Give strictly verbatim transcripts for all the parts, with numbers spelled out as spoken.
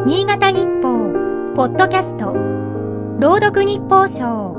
新潟日報ポッドキャスト朗読日報賞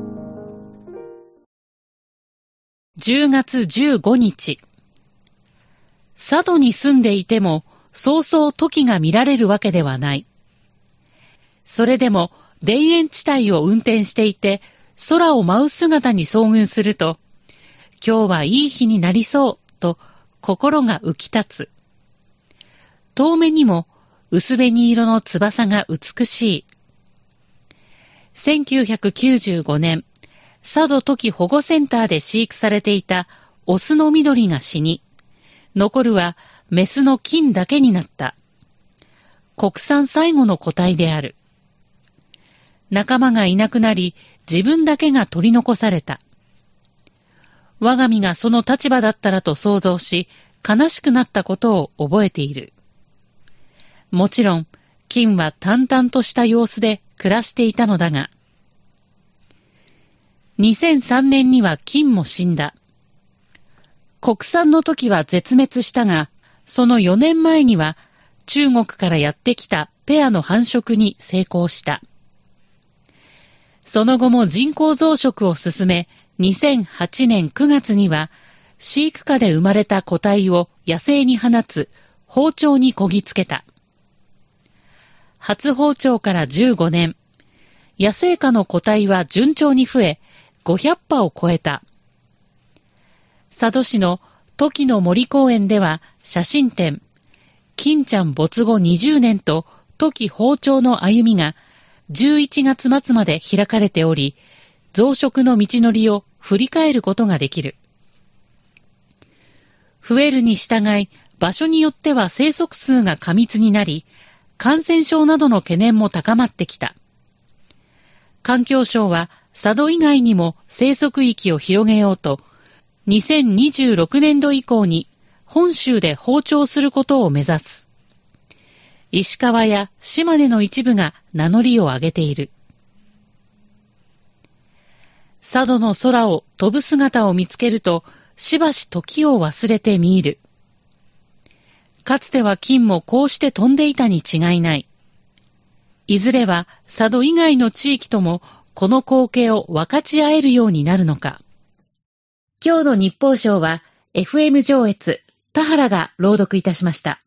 じゅうがつじゅうごにち、佐渡に住んでいてもそうそうトキが見られるわけではない。それでも田園地帯を運転していて空を舞う姿に遭遇すると、今日はいい日になりそうと心が浮き立つ。遠目にも薄紅色の翼が美しい。せんきゅうひゃくきゅうじゅうごねん、佐渡トキ保護センターで飼育されていたオスの緑が死に、残るはメスの金だけになった。国産最後の個体である。仲間がいなくなり、自分だけが取り残された。我が身がその立場だったらと想像し、悲しくなったことを覚えている。もちろん、金は淡々とした様子で暮らしていたのだが、にせんさんねんには金も死んだ。国産の時は絶滅したが、そのよねんまえには中国からやってきたペアの繁殖に成功した。その後も人工増殖を進め、にせんはちねんくがつには飼育下で生まれた個体を野生に放つ放鳥にこぎつけた。初放鳥からじゅうごねん、野生下の個体は順調に増え、ごひゃっぱを超えた。佐渡市のトキの森公園では写真展、金ちゃん没後にじゅうねんとトキ放鳥の歩みがじゅういちがつまつまで開かれており、増殖の道のりを振り返ることができる。増えるに従い、場所によっては生息数が過密になり、感染症などの懸念も高まってきた。環境省は佐渡以外にも生息域を広げようと、にせんにじゅうろくねんど以降に本州で放鳥することを目指す。石川や島根の一部が名乗りを上げている。佐渡の空を飛ぶ姿を見つけると、しばし時を忘れて見入る。かつては金もこうして飛んでいたに違いない。いずれは佐渡以外の地域ともこの光景を分かち合えるようになるのか。今日の日報賞は エフエム 上越田原が朗読いたしました。